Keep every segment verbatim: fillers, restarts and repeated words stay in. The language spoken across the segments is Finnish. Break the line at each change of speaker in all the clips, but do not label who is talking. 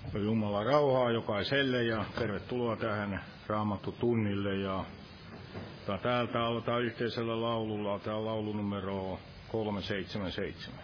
Jumala rauhaa jokaiselle ja tervetuloa tähän Raamattu-tunnille. Ja täältä aloitetaan yhteisellä laululla. Tämä on laulu numero kolme seitsemän seitsemän.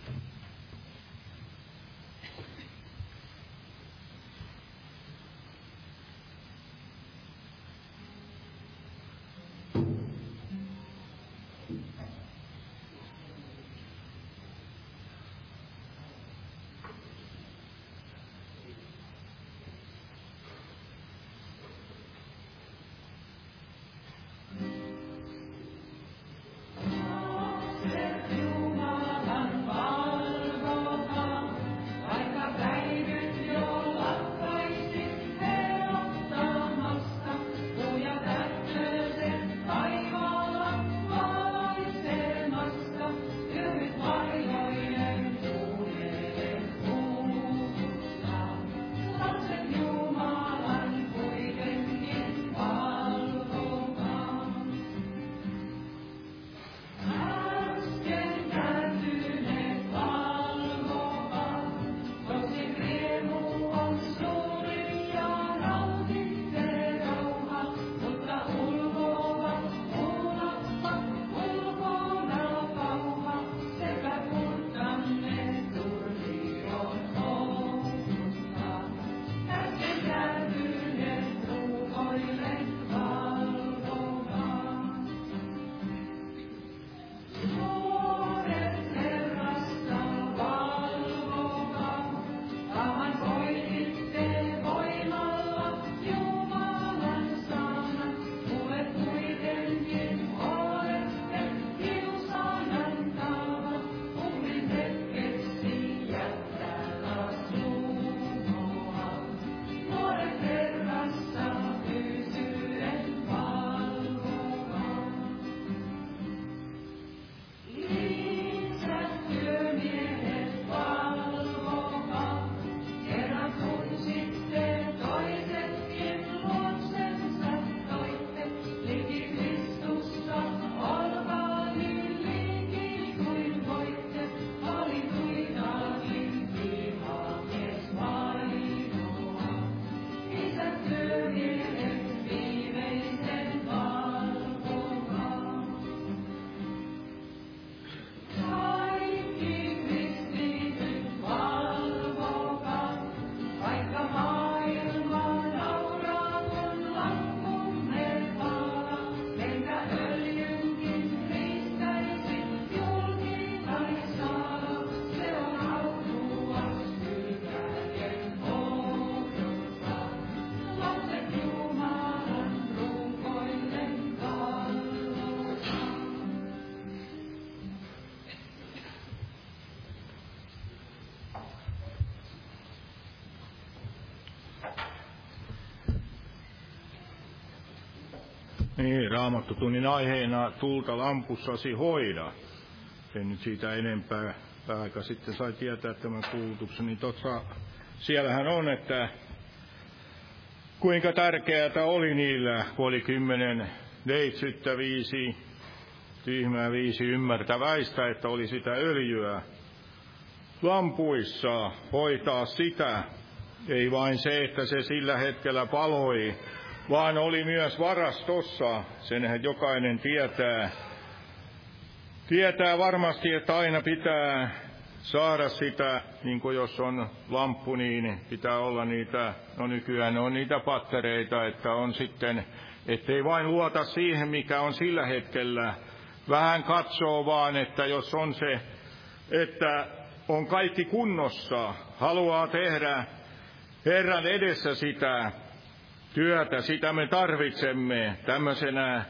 Niin, Raamattu-tunnin aiheena tulta lampussasi hoida. En nyt siitä enempää aika sitten sai tietää tämän kuulutuksen. Niin totta, siellähän on, että kuinka tärkeää oli niillä, kun oli kymmenen neitsyttä, viisi tyhmää, viisi ymmärtäväistä, että oli sitä öljyä lampuissa, hoitaa sitä. Ei vain se, että se sillä hetkellä paloi, vaan oli myös varastossa. Senhän jokainen tietää. Tietää varmasti, että aina pitää saada sitä, niin kuin jos on lamppu, niin pitää olla niitä, no nykyään on niitä pattereita, että on sitten, ettei vain luota siihen, mikä on sillä hetkellä. Vähän katsoo vaan, että jos on se, että on kaikki kunnossa, haluaa tehdä Herran edessä sitä työtä, sitä me tarvitsemme tämmöisenä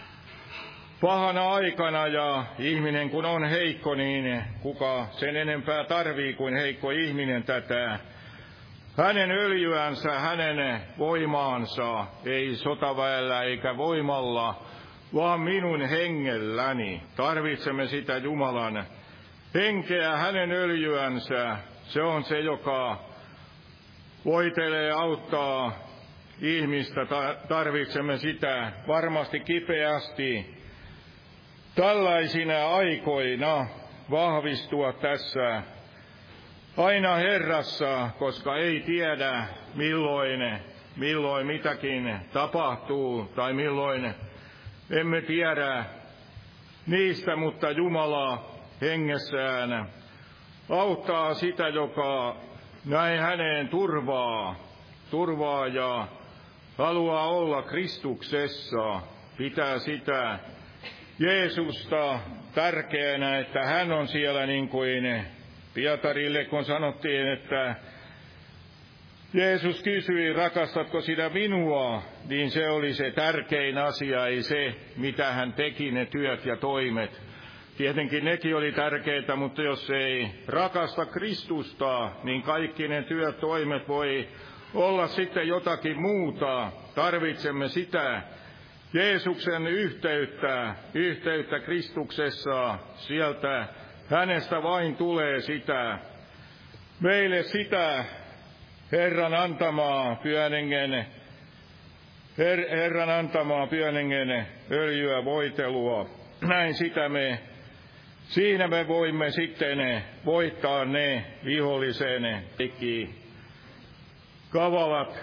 pahana aikana, ja ihminen kun on heikko, niin kuka sen enempää tarvii kuin heikko ihminen tätä hänen öljyänsä, hänen voimaansa, ei sotaväellä eikä voimalla, vaan minun hengelläni. Tarvitsemme sitä Jumalan henkeä, hänen öljyänsä. Se on se, joka voitelee, auttaa ihmistä. Tarvitsemme sitä varmasti kipeästi tällaisina aikoina vahvistua tässä aina Herrassa, koska ei tiedä milloin, milloin mitäkin tapahtuu tai milloin emme tiedä niistä, mutta Jumala hengessään auttaa sitä, joka näin häneen turvaa, turvaa ja haluaa olla Kristuksessa, pitää sitä Jeesusta tärkeänä, että hän on siellä niin kuin Pietarille, kun sanottiin, että Jeesus kysyi, rakastatko sinä minua, niin se oli se tärkein asia, ei se, mitä hän teki, ne työt ja toimet. Tietenkin nekin oli tärkeitä, mutta jos ei rakasta Kristusta, niin kaikki ne työt, toimet voi olla sitten jotakin muuta. Tarvitsemme sitä Jeesuksen yhteyttä, yhteyttä Kristuksessa, sieltä hänestä vain tulee sitä, meille sitä Herran antamaa Pyhän Hengen, Her, Herran antamaa Pyhän Hengen öljyä, voitelua. Näin sitä me, siinä me voimme sitten voittaa ne vihollisen teki kavalat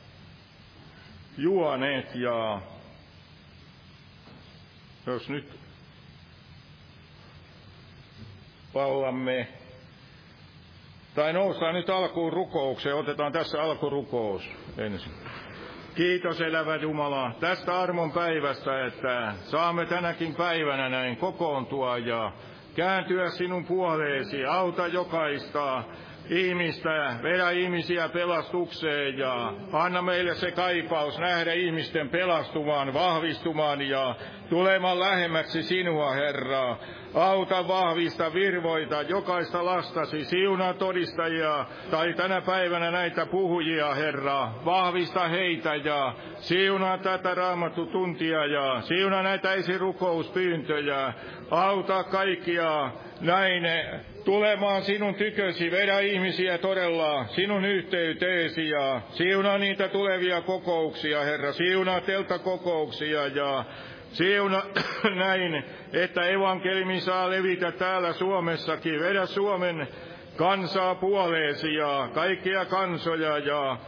juoneet. Ja jos nyt paulamme tai noustaan nyt alkuun rukoukseen, otetaan tässä alkurukous ensin. Kiitos elävä Jumala tästä armon päivästä, että saamme tänäkin päivänä näin kokoontua ja kääntyä sinun puoleesi. Auta jokaista ihmistä, vedä ihmisiä pelastukseen ja anna meille se kaipaus nähdä ihmisten pelastumaan, vahvistumaan ja tulemaan lähemmäksi sinua, Herra. Auta, vahvista, virvoita jokaista lastasi, siunaa todistajia tai tänä päivänä näitä puhujia, Herra. Vahvista heitä ja siunaa tätä raamattutuntia ja siunaa näitä esirukouspyyntöjä. Auta kaikkia näin tulemaan sinun tykösi, vedä ihmisiä todella sinun yhteyteesi ja siunaa niitä tulevia kokouksia, Herra. Siunaa telttakokouksia ja siuna näin, että evankeliumi saa levitä täällä Suomessakin. Vedä Suomen kansaa puoleesi ja kaikkia kansoja ja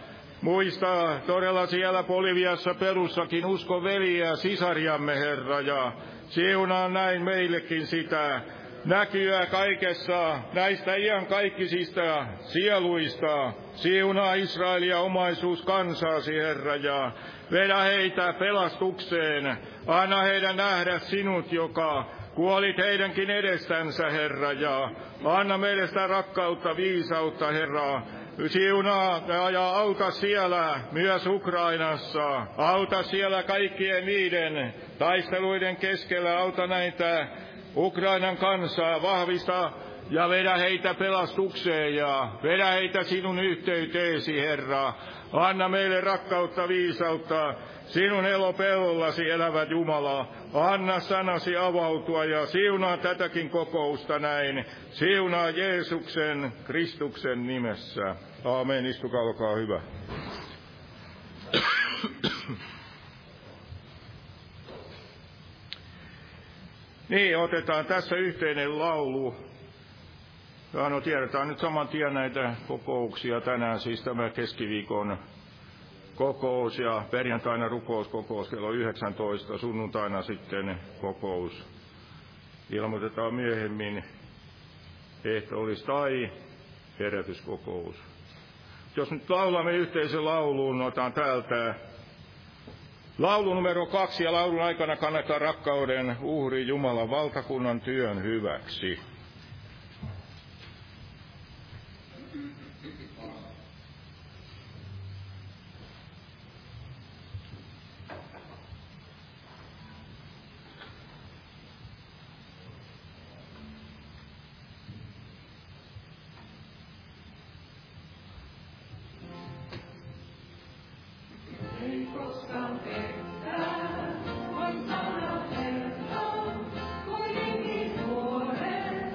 muista todella siellä Boliviassa, Perussakin uskon veliä ja sisariamme, Herra, ja siunaa näin meillekin sitä näkyä kaikessa näistä iankaikkisista sieluista. Siunaa Israelia omaisuus kansaasi, Herra, ja vedä heitä pelastukseen. Anna heidän nähdä sinut, joka kuolit heidänkin edestänsä, Herra, ja anna meille sitä rakkautta, viisautta, Herra. Siunaa ja auta siellä myös Ukrainassa. Auta siellä kaikkien niiden taisteluiden keskellä. Auta näitä Ukrainan kansaa, vahvista ja vedä heitä pelastukseen ja vedä heitä sinun yhteyteesi, Herra. Anna meille rakkautta, viisautta, sinun elopellollasi, elävä Jumala. Anna sanasi avautua ja siunaa tätäkin kokousta näin. Siunaa Jeesuksen, Kristuksen nimessä. Aamen. Istukaa, olkaa hyvä. Niin, otetaan tässä yhteinen laulu. Ja no tiedetään nyt saman tien näitä kokouksia tänään, siis tämä keskiviikon kokous ja perjantaina rukouskokous kello yhdeksäntoista, sunnuntaina sitten kokous. Ilmoitetaan myöhemmin ehtoollis tai herätyskokous. Jos nyt laulamme yhteisen lauluun, otan täältä laulu numero kaksi ja laulun aikana kannetaan rakkauden uhri Jumalan valtakunnan työn hyväksi.
Voin sanoa Herra, kuitenkin nuoren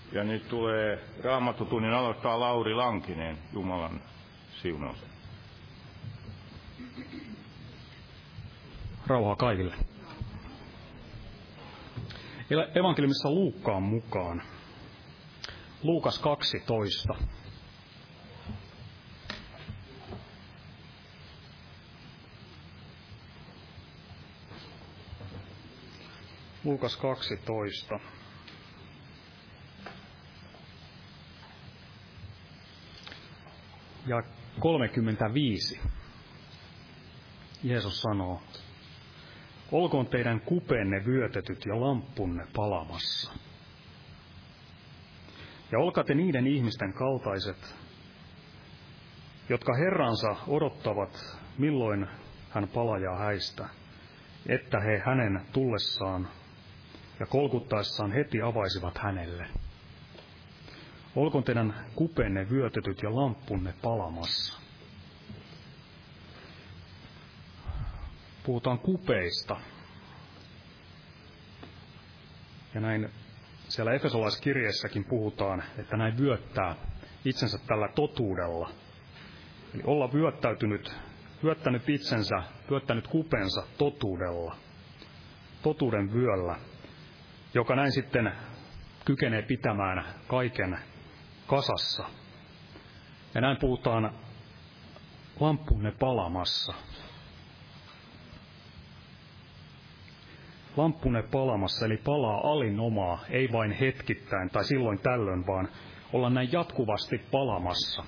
Ja nyt tulee Raamattutunnin aloittaa Lauri Lankinen, Jumalan siunaus.
Rauhaa kaikille. Evankeliumissa Luukkaan mukaan. Luukas kaksitoista. Luukas kaksitoista. Ja kolmekymmentäviisi. Jeesus sanoo, olkoon teidän kupeenne vyötetyt ja lamppunne palamassa. Ja olkaa te niiden ihmisten kaltaiset, jotka Herransa odottavat, milloin hän palajaa häistä, että he hänen tullessaan ja kolkuttaessaan heti avaisivat hänelle. Olkoon teidän kupeenne vyötetyt ja lamppunne palamassa. Puhutaan kupeista. Ja näin siellä Efesolaiskirjeessäkin puhutaan, että näin vyöttää itsensä tällä totuudella. Eli olla vyöttäytynyt, vyöttänyt itsensä, vyöttänyt kupensa totuudella, totuuden vyöllä, joka näin sitten kykenee pitämään kaiken kasassa. Ja näin puhutaan lamppunne palamassa. Lamppunne palamassa, eli palaa alinomaa, ei vain hetkittäin tai silloin tällöin, vaan olla näin jatkuvasti palamassa.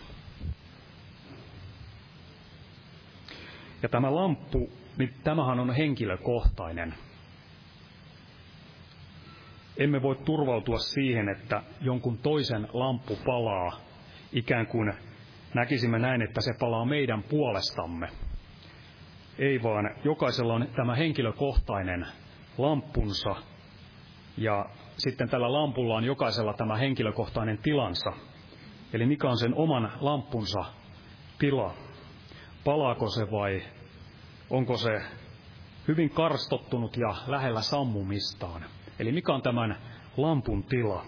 Ja tämä lamppu, niin tämähän on henkilökohtainen. Emme voi turvautua siihen, että jonkun toisen lamppu palaa, ikään kuin näkisimme näin, että se palaa meidän puolestamme. Ei vaan, jokaisella on tämä henkilökohtainen lamppunsa, ja sitten tällä lampulla on jokaisella tämä henkilökohtainen tilansa. Eli mikä on sen oman lamppunsa tila? Palaako se vai onko se hyvin karstottunut ja lähellä sammumistaan? Eli mikä on tämän lampun tila?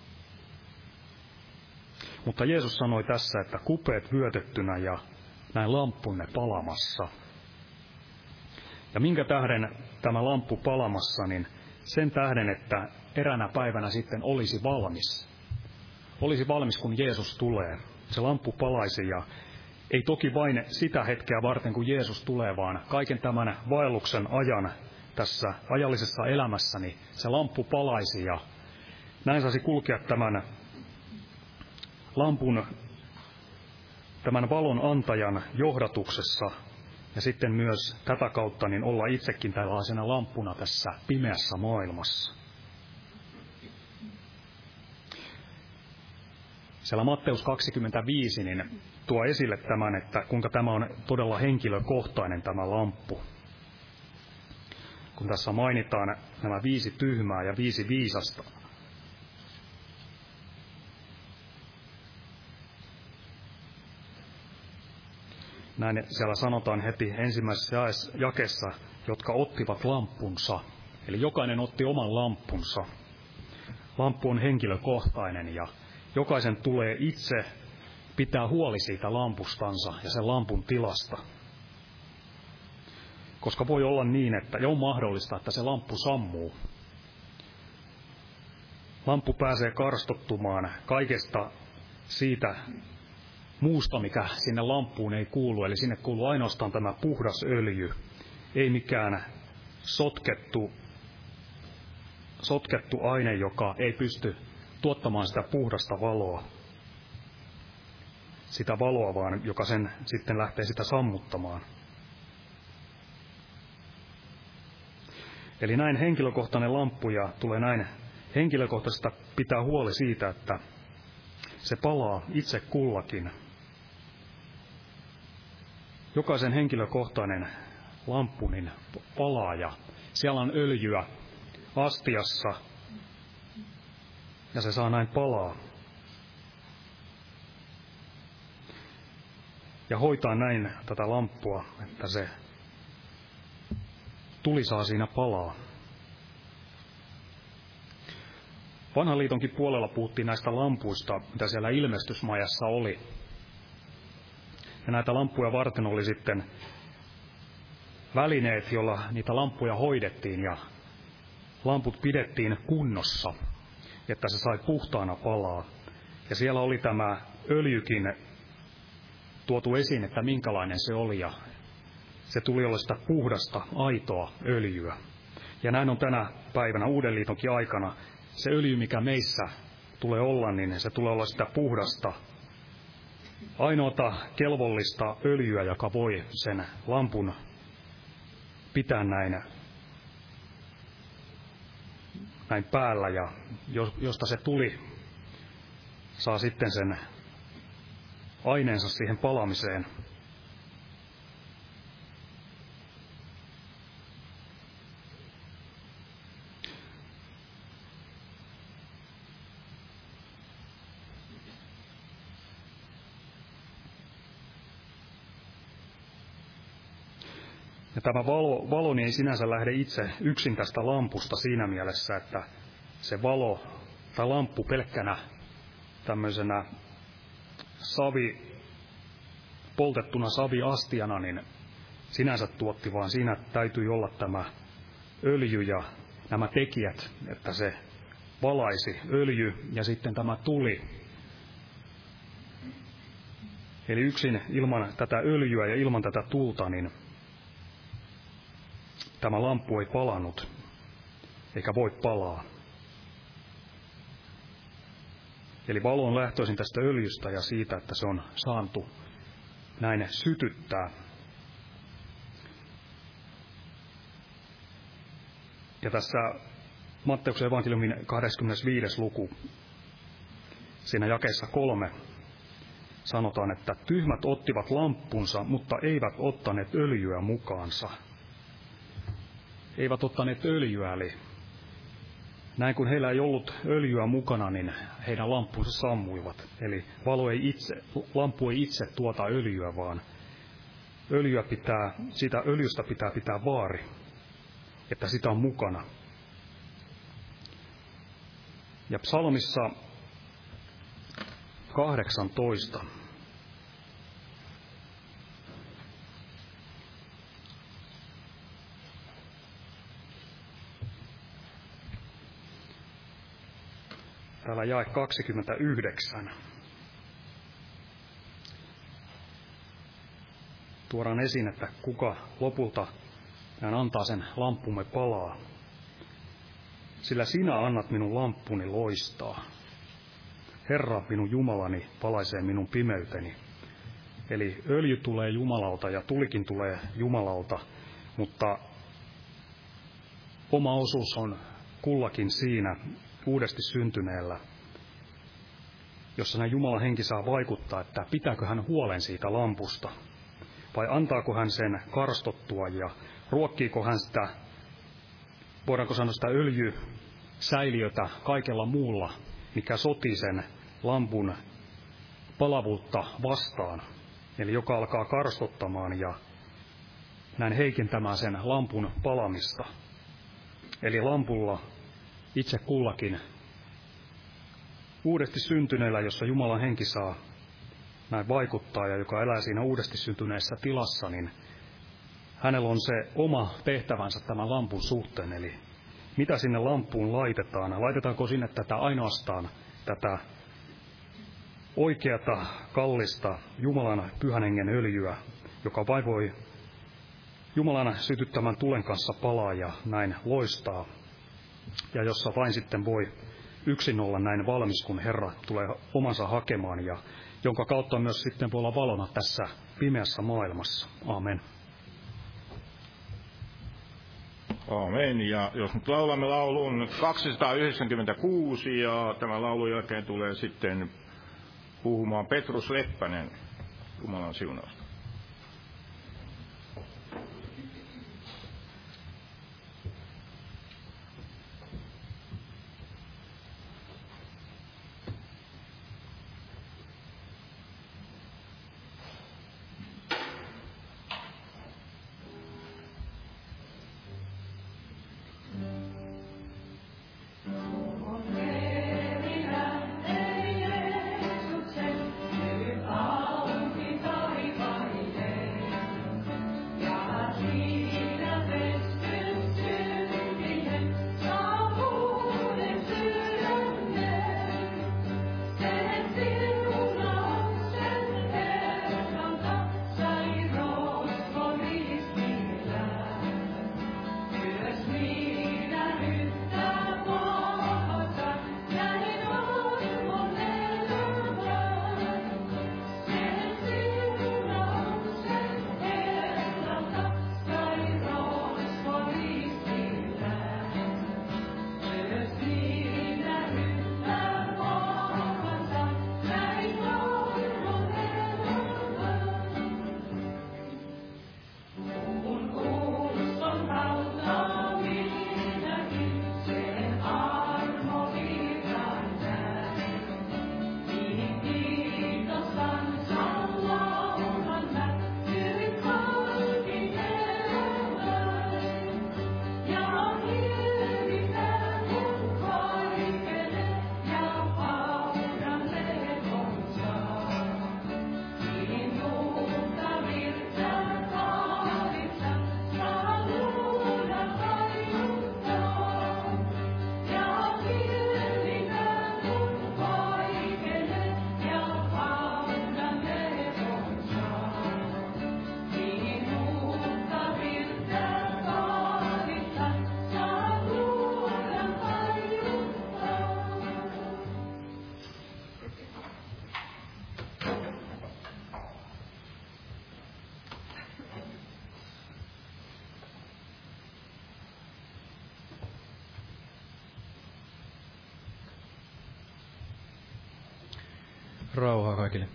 Mutta Jeesus sanoi tässä, että kupeet vyötettynä ja näin lamppunne palamassa. Ja minkä tähden tämä lamppu palamassa, niin sen tähden, että eräänä päivänä sitten olisi valmis. Olisi valmis, kun Jeesus tulee. Se lamppu palaisi, ja ei toki vain sitä hetkeä varten, kun Jeesus tulee, vaan kaiken tämän vaelluksen ajan tässä ajallisessa elämässäni se lamppu palaisi, ja näin saisi kulkea tämän lampun, tämän valon antajan johdatuksessa, ja sitten myös tätä kautta niin olla itsekin tällaisena lamppuna tässä pimeässä maailmassa. Siellä Matteus kaksikymmentäviisi niin tuo esille tämän, että kuinka tämä on todella henkilökohtainen tämä lamppu. Kun tässä mainitaan nämä viisi tyhmää ja viisi viisasta. Näin siellä sanotaan heti ensimmäisessä jakeessa, jotka ottivat lamppunsa. Eli jokainen otti oman lamppunsa. Lamppu on henkilökohtainen, ja jokaisen tulee itse pitää huoli siitä lampustansa ja sen lampun tilasta. Koska voi olla niin, että on mahdollista, että se lamppu sammuu. Lamppu pääsee karstottumaan kaikesta siitä muusta, mikä sinne lamppuun ei kuulu. Eli sinne kuuluu ainoastaan tämä puhdas öljy, ei mikään sotkettu, sotkettu aine, joka ei pysty tuottamaan sitä puhdasta valoa. Sitä valoa vaan, joka sen sitten lähtee sitä sammuttamaan. Eli näin henkilökohtainen lamppu, ja tulee näin henkilökohtaisesta pitää huoli siitä, että se palaa itse kullakin. Jokaisen henkilökohtainen lamppu niin palaa, ja siellä on öljyä astiassa, ja se saa näin palaa. Ja hoitaa näin tätä lamppua, että se tuli saa siinä palaa. Vanhan liitonkin puolella puhuttiin näistä lampuista, mitä siellä ilmestysmajassa oli. Ja näitä lampuja varten oli sitten välineet, joilla niitä lampuja hoidettiin ja lamput pidettiin kunnossa, että se sai puhtaana palaa. Ja siellä oli tämä öljykin tuotu esiin, että minkälainen se oli, ja se tuli olla sitä puhdasta, aitoa öljyä. Ja näin on tänä päivänä Uuden liitonkin aikana. Se öljy, mikä meissä tulee olla, niin se tulee olla sitä puhdasta, ainoata kelvollista öljyä, joka voi sen lampun pitää näin, näin päällä, ja josta se tuli saa sitten sen aineensa siihen palamiseen. Ja tämä valo, valo niin ei sinänsä lähde itse yksin tästä lampusta siinä mielessä, että se valo tai lamppu pelkkänä tämmöisenä savi, poltettuna saviastiana, niin sinänsä tuotti, vaan siinä täytyy olla tämä öljy ja nämä tekijät, että se valaisi, öljy ja sitten tämä tuli. Eli yksin ilman tätä öljyä ja ilman tätä tulta, niin tämä lamppu ei palannut, eikä voi palaa. Eli valo on lähtöisin tästä öljystä ja siitä, että se on saantu näin sytyttää. Ja tässä Matteuksen evankeliumin kahdeskymmenesviides luku, siinä jakeessa kolme, sanotaan, että tyhmät ottivat lamppunsa, mutta eivät ottaneet öljyä mukaansa. Eivät ottaneet öljyä, eli näin kun heillä ei ollut öljyä mukana, niin heidän lampunsa sammuivat. Eli valo ei itse, lampu ei itse tuota öljyä, vaan öljyä pitää, sitä öljystä pitää pitää vaari, että sitä on mukana. Ja psalmissa kahdeksantoista. Täällä jae kaksikymmentäyhdeksän. Tuodaan esiin, että kuka lopulta hän antaa sen lamppumme palaa. Sillä sinä annat minun lamppuni loistaa. Herra, minun Jumalani, valaisee minun pimeyteni. Eli öljy tulee Jumalalta ja tulikin tulee Jumalalta, mutta oma osuus on kullakin siinä uudesti syntyneellä, jossa näin Jumalan henki saa vaikuttaa, että pitääkö hän huolen siitä lampusta, vai antaako hän sen karstottua ja ruokkiiko hän sitä, voidaanko sanoa sitä öljysäiliötä kaikella muulla, mikä sotii sen lampun palavuutta vastaan, eli joka alkaa karstottamaan ja näin heikentämään sen lampun palamista. Eli lampulla itse kullakin uudesti syntyneellä, jossa Jumalan henki saa näin vaikuttaa ja joka elää siinä uudesti syntyneessä tilassa, niin hänellä on se oma tehtävänsä tämän lampun suhteen. Eli mitä sinne lampuun laitetaan? Laitetaanko sinne tätä ainoastaan tätä oikeata, kallista Jumalan pyhän hengen öljyä, joka vain voi Jumalan sytyttämän tulen kanssa palaa ja näin loistaa, ja jossa vain sitten voi yksin olla näin valmis, kun Herra tulee omansa hakemaan, ja jonka kautta myös sitten voi olla valona tässä pimeässä maailmassa. Amen.
Amen. Ja jos nyt laulamme laulun kaksisataayhdeksänkymmentäkuusi, ja tämän laulun jälkeen tulee sitten puhumaan Petrus Leppänen. Jumalan siunausta.
Amen. Rauhaa kaikille.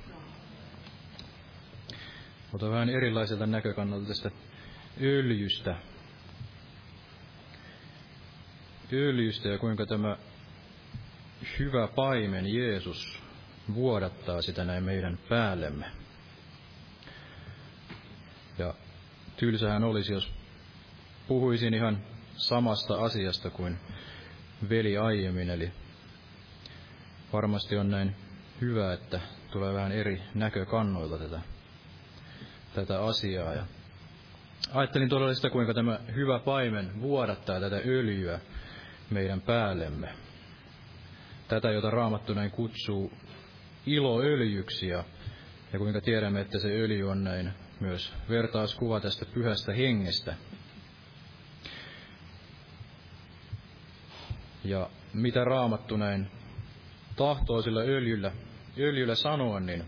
Ota vähän erilaiselta näkökannalta tästä öljystä. Öljystä ja kuinka tämä hyvä paimen Jeesus vuodattaa sitä näin meidän päällemme. Ja tylsähän olisi, jos puhuisin ihan samasta asiasta kuin veli aiemmin, eli varmasti on näin hyvä, että tulee vähän eri näkökannoilta tätä, tätä asiaa. Ja ajattelin todella sitä, kuinka tämä hyvä paimen vuodattaa tätä öljyä meidän päällemme. Tätä, jota Raamattu näin kutsuu iloöljyksi, ja, ja kuinka tiedämme, että se öljy on näin myös vertauskuva tästä pyhästä hengestä. Ja mitä Raamattu näin tahtoo sillä öljyllä, öljyllä sanoa, niin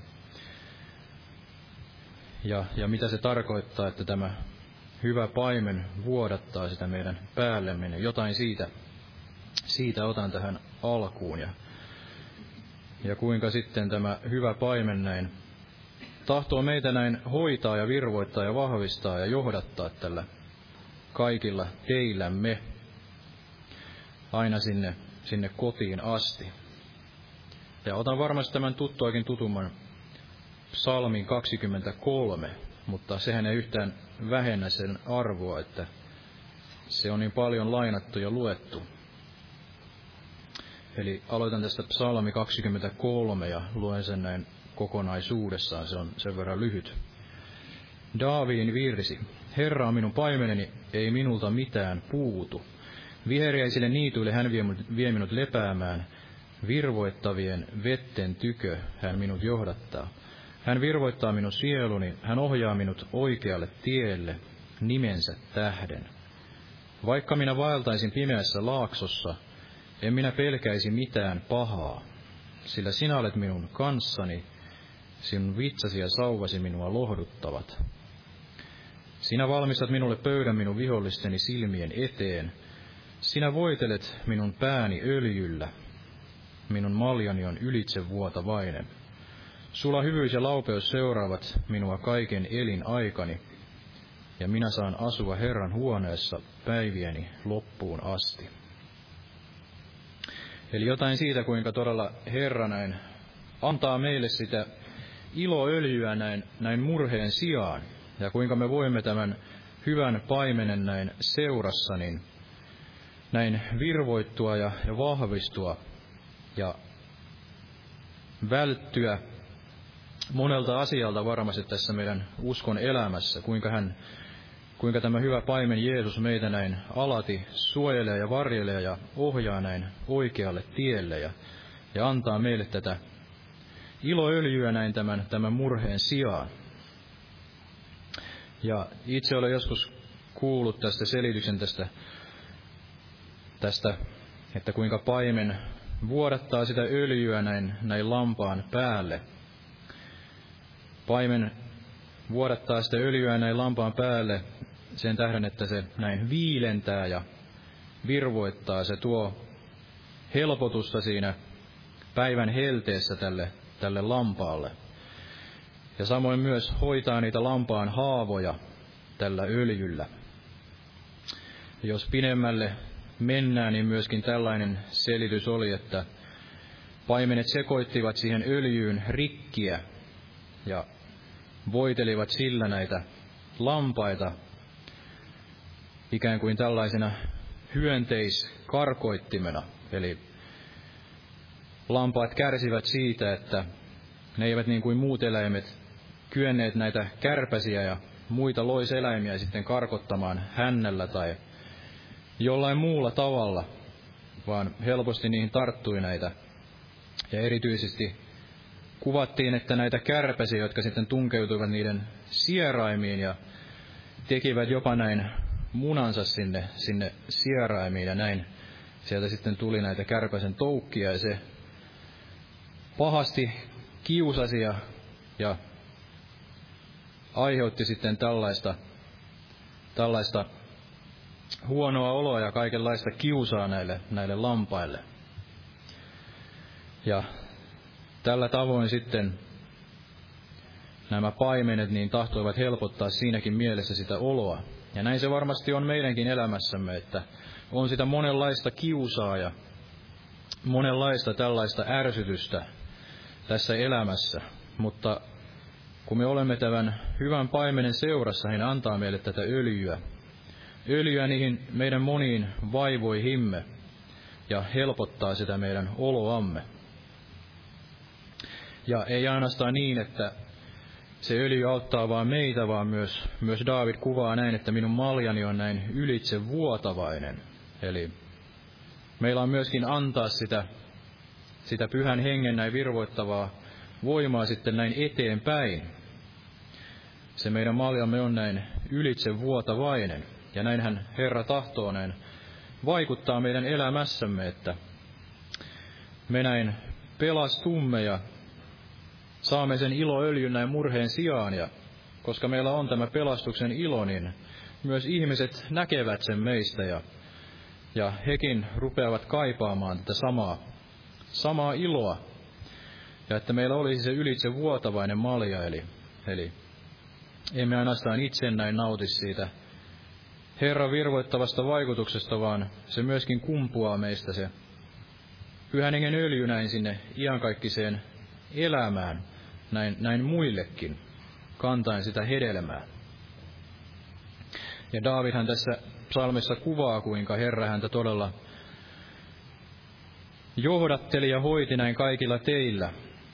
ja, ja mitä se tarkoittaa, että tämä hyvä paimen vuodattaa sitä meidän päällemme, niin jotain siitä, siitä otan tähän alkuun. Ja, ja kuinka sitten tämä hyvä paimen näin tahtoo meitä näin hoitaa ja virvoittaa ja vahvistaa ja johdattaa tällä kaikilla teillämme aina sinne, sinne kotiin asti. Ja otan varmasti tämän tuttuakin tutumman psalmin kaksikymmentäkolme, mutta sehän ei yhtään vähennä sen arvoa, että se on niin paljon lainattu ja luettu. Eli aloitan tästä psalmi kaksikymmentäkolme ja luen sen näin kokonaisuudessaan, se on sen verran lyhyt. Daavidin virsi. Herra on minun paimeneni, ei minulta mitään puutu. Viheriäisille niityille hän vie, vie minut lepäämään, virvoittavien vetten tykö hän minut johdattaa. Hän virvoittaa minun sieluni, hän ohjaa minut oikealle tielle, nimensä tähden. Vaikka minä vaeltaisin pimeässä laaksossa, en minä pelkäisi mitään pahaa, sillä sinä olet minun kanssani, sinun vitsasi ja sauvasi minua lohduttavat. Sinä valmistat minulle pöydän minun vihollisteni silmien eteen, sinä voitelet minun pääni öljyllä, minun maljani on ylitsevuotavainen. Sulla hyvyys ja laupeus seuraavat minua kaiken elinaikani, ja minä saan asua Herran huoneessa päivieni loppuun asti. Eli jotain siitä, kuinka todella Herra näin antaa meille sitä iloöljyä näin, näin murheen sijaan, ja kuinka me voimme tämän hyvän paimenen näin seurassa, niin näin virvoittua ja, ja vahvistua ja välttyä monelta asialta varmasti tässä meidän uskon elämässä, kuinka hän, kuinka tämä hyvä paimen Jeesus meitä näin alati suojelee ja varjelee ja ohjaa näin oikealle tielle ja, ja antaa meille tätä iloöljyä näin tämän, tämän murheen sijaan. Ja itse olen joskus kuullut tästä selityksen tästä, tästä että kuinka paimen vuodattaa sitä öljyä näin, näin lampaan päälle. Paimen vuodattaa sitä öljyä näin lampaan päälle sen tähden, että se näin viilentää ja virvoittaa. Se tuo helpotusta siinä päivän helteessä tälle, tälle lampaalle. Ja samoin myös hoitaa niitä lampaan haavoja tällä öljyllä. Jos pidemmälle mennään, niin myöskin tällainen selitys oli, että paimenet sekoittivat siihen öljyyn rikkiä ja voitelivat sillä näitä lampaita ikään kuin tällaisena hyönteiskarkoittimena. Eli lampaat kärsivät siitä, että ne eivät niin kuin muut eläimet kyenneet näitä kärpäsiä ja muita loiseläimiä sitten karkottamaan hännällä tai jollain muulla tavalla, vaan helposti niihin tarttui näitä. Ja erityisesti kuvattiin, että näitä kärpäsiä, jotka sitten tunkeutuivat niiden sieraimiin ja tekivät jopa näin munansa sinne, sinne sieraimiin ja näin. Sieltä sitten tuli näitä kärpäsen toukkia ja se pahasti kiusasi ja, ja aiheutti sitten tällaista, tällaista huonoa oloa ja kaikenlaista kiusaa näille, näille lampaille. Ja tällä tavoin sitten nämä paimenet niin tahtoivat helpottaa siinäkin mielessä sitä oloa. Ja näin se varmasti on meidänkin elämässämme, että on sitä monenlaista kiusaa ja monenlaista tällaista ärsytystä tässä elämässä. Mutta kun me olemme tämän hyvän paimenen seurassa, hän antaa meille tätä öljyä. Öljyä niihin meidän moniin vaivoihimme ja helpottaa sitä meidän oloamme. Ja ei ainoastaan niin, että se öljy auttaa vaan meitä, vaan myös, myös Daavid kuvaa näin, että minun maljani on näin ylitse vuotavainen. Eli meillä on myöskin antaa sitä, sitä pyhän hengen näin virvoittavaa voimaa sitten näin eteenpäin. Se meidän maljamme on näin ylitse vuotavainen. Ja näinhän Herra tahtoo näin vaikuttaa meidän elämässämme, että me näin pelastumme ja saamme sen iloöljyn näin murheen sijaan. Ja koska meillä on tämä pelastuksen ilo, niin myös ihmiset näkevät sen meistä ja, ja hekin rupeavat kaipaamaan tätä samaa, samaa iloa. Ja että meillä olisi se ylitse vuotavainen malja, eli, eli emme ainoastaan itse näin nauti siitä Herran virvoittavasta vaikutuksesta, vaan se myöskin kumpuaa meistä se pyhän hengen öljy näin sinne iankaikkiseen elämään, näin, näin muillekin, kantaen sitä hedelmää. Ja Daavidhan tässä psalmissa kuvaa, kuinka Herra häntä todella johdatteli ja hoiti näin kaikilla teillä.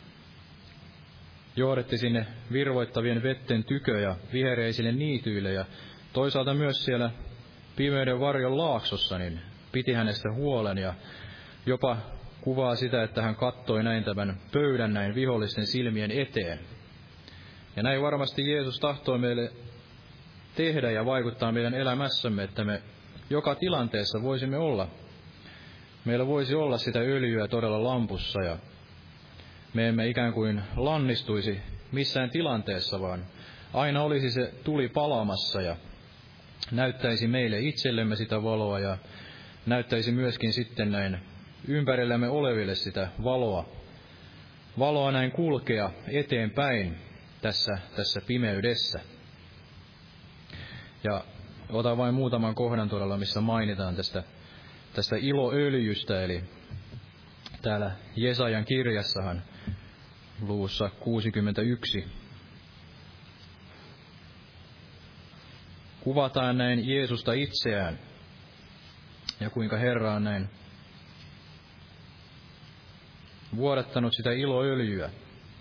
Johdatti sinne virvoittavien vetten tykö ja vihereisille niityille ja toisaalta myös siellä pimeyden varjon laaksossa, niin piti hänestä huolen ja jopa kuvaa sitä, että hän kattoi näin tämän pöydän näin vihollisten silmien eteen. Ja näin varmasti Jeesus tahtoi meille tehdä ja vaikuttaa meidän elämässämme, että me joka tilanteessa voisimme olla. Meillä voisi olla sitä öljyä todella lampussa ja me emme ikään kuin lannistuisi missään tilanteessa, vaan aina olisi se tuli palamassa ja näyttäisi meille itsellemme sitä valoa ja näyttäisi myöskin sitten näin ympärillämme oleville sitä valoa. Valoa näin kulkea eteenpäin tässä, tässä pimeydessä. Ja otan vain muutaman kohdan todella, missä mainitaan tästä, tästä iloöljystä, eli täällä Jesajan kirjassahan luvussa kuusikymmentäyksi kuvataan näin Jeesusta itseään ja kuinka Herra on näin vuodattanut sitä iloöljyä.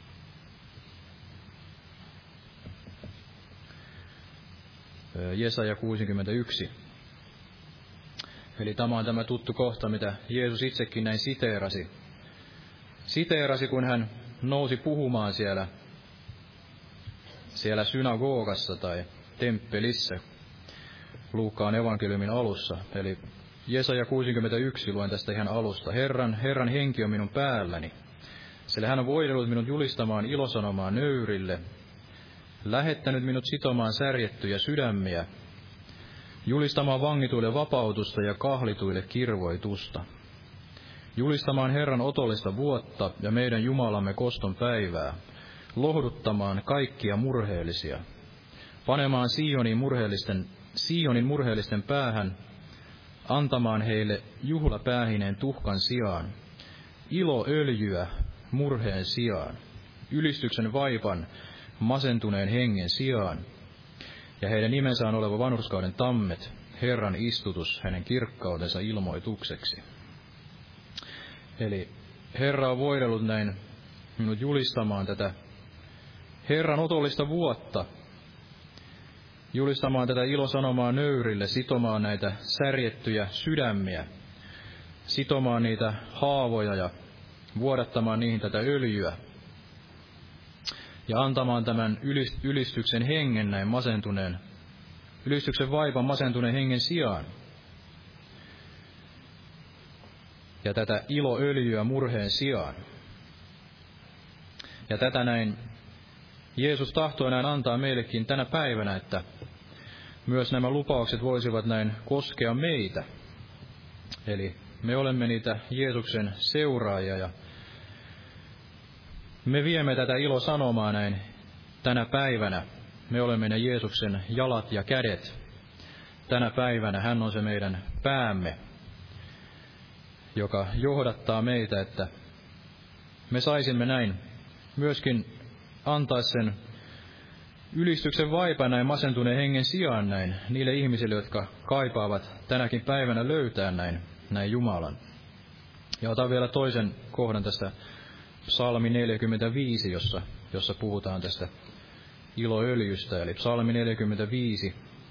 Jesaja kuusikymmentäyksi. Eli tämä on tämä tuttu kohta, mitä Jeesus itsekin näin siteerasi. Siteerasi, kun hän nousi puhumaan siellä, siellä synagogassa tai temppelissä Luukkaan evankeliumin alussa. Eli Jesaja kuusikymmentäyksi, luen tästä ihan alusta. Herran, Herran henki on minun päälläni, sillä hän on voidellut minut julistamaan ilosanomaa nöyrille, lähettänyt minut sitomaan särjettyjä sydämiä, julistamaan vangituille vapautusta ja kahlituille kirvoitusta, julistamaan Herran otollista vuotta ja meidän Jumalamme koston päivää, lohduttamaan kaikkia murheellisia, panemaan Sionin murheellisten, Sionin murheellisten päähän, antamaan heille juhlapäähineen tuhkan sijaan, iloöljyä murheen sijaan, ylistyksen vaipan masentuneen hengen sijaan, ja heidän nimensä on oleva vanhurskauden tammet, Herran istutus hänen kirkkautensa ilmoitukseksi. Eli Herra on voidellut näin minut julistamaan tätä Herran otollista vuotta, julistamaan tätä ilosanomaa nöyrille, sitomaan näitä särjettyjä sydämiä, sitomaan niitä haavoja ja vuodattamaan niihin tätä öljyä ja antamaan tämän ylistyksen hengen näin masentuneen, ylistyksen vaipan masentuneen hengen sijaan. Ja tätä iloöljyä murheen sijaan. Ja tätä näin Jeesus tahtoi näin antaa meillekin tänä päivänä, että myös nämä lupaukset voisivat näin koskea meitä. Eli me olemme niitä Jeesuksen seuraajia ja Me viemme tätä ilosanomaa näin tänä päivänä. Me olemme ne Jeesuksen jalat ja kädet. Tänä päivänä hän on se meidän päämme, joka johdattaa meitä, että me saisimme näin myöskin antaa sen ylistyksen vaipan näin masentuneen hengen sijaan näin niille ihmisille, jotka kaipaavat tänäkin päivänä löytää näin, näin Jumalan. Ja otan vielä toisen kohdan tästä psalmi neljäkymmentäviisi, jossa, jossa puhutaan tästä iloöljystä, eli psalmi neljäkymmentäviisi.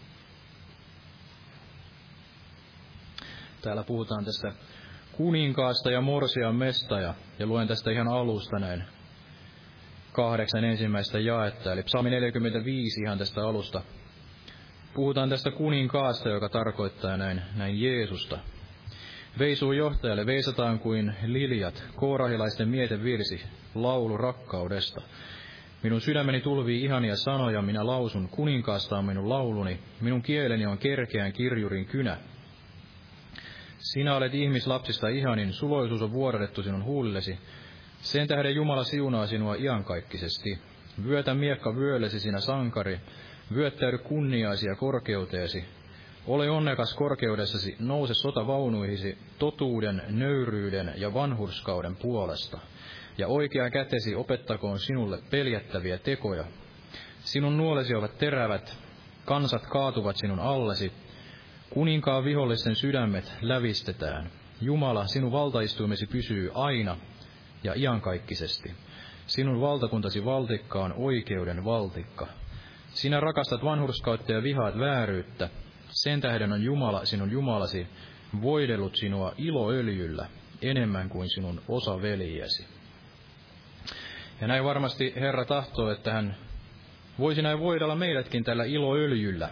Täällä puhutaan tästä kuninkaasta ja morsian mesta, ja, ja luen tästä ihan alusta näin kahdeksan ensimmäistä jaetta, eli psalmi neljäkymmentäviisi ihan tästä alusta. Puhutaan tästä kuninkaasta, joka tarkoittaa näin, näin Jeesusta. Veisuu johtajalle veisataan kuin liljat, koorahilaisten mietevirsi, laulu rakkaudesta. Minun sydämeni tulvii ihania sanoja, minä lausun, kuninkaasta on minun lauluni, minun kieleni on kerkeän kirjurin kynä. Sinä olet ihmislapsista ihanin, suloisuus on vuodatettu sinun huulillesi. Sen tähden Jumala siunaa sinua iankaikkisesti. Vyötä miekka vyöllesi sinä sankari, vyöttäydy kunniaasi ja korkeuteesi. Ole onnekas korkeudessasi, nouse sotavaunuihisi totuuden, nöyryyden ja vanhurskauden puolesta. Ja oikea kätesi opettakoon sinulle peljättäviä tekoja. Sinun nuolesi ovat terävät, kansat kaatuvat sinun allesi. Kuninkaan vihollisten sydämet lävistetään. Jumala, sinun valtaistuimesi pysyy aina ja iankaikkisesti. Sinun valtakuntasi valtikka on oikeuden valtikka. Sinä rakastat vanhurskautta ja vihaat vääryyttä. Sen tähden on Jumala, sinun Jumalasi, voidellut sinua iloöljyllä enemmän kuin sinun osaveljesi. Ja näin varmasti Herra tahtoo, että hän voisi näin voidella meidätkin tällä iloöljyllä.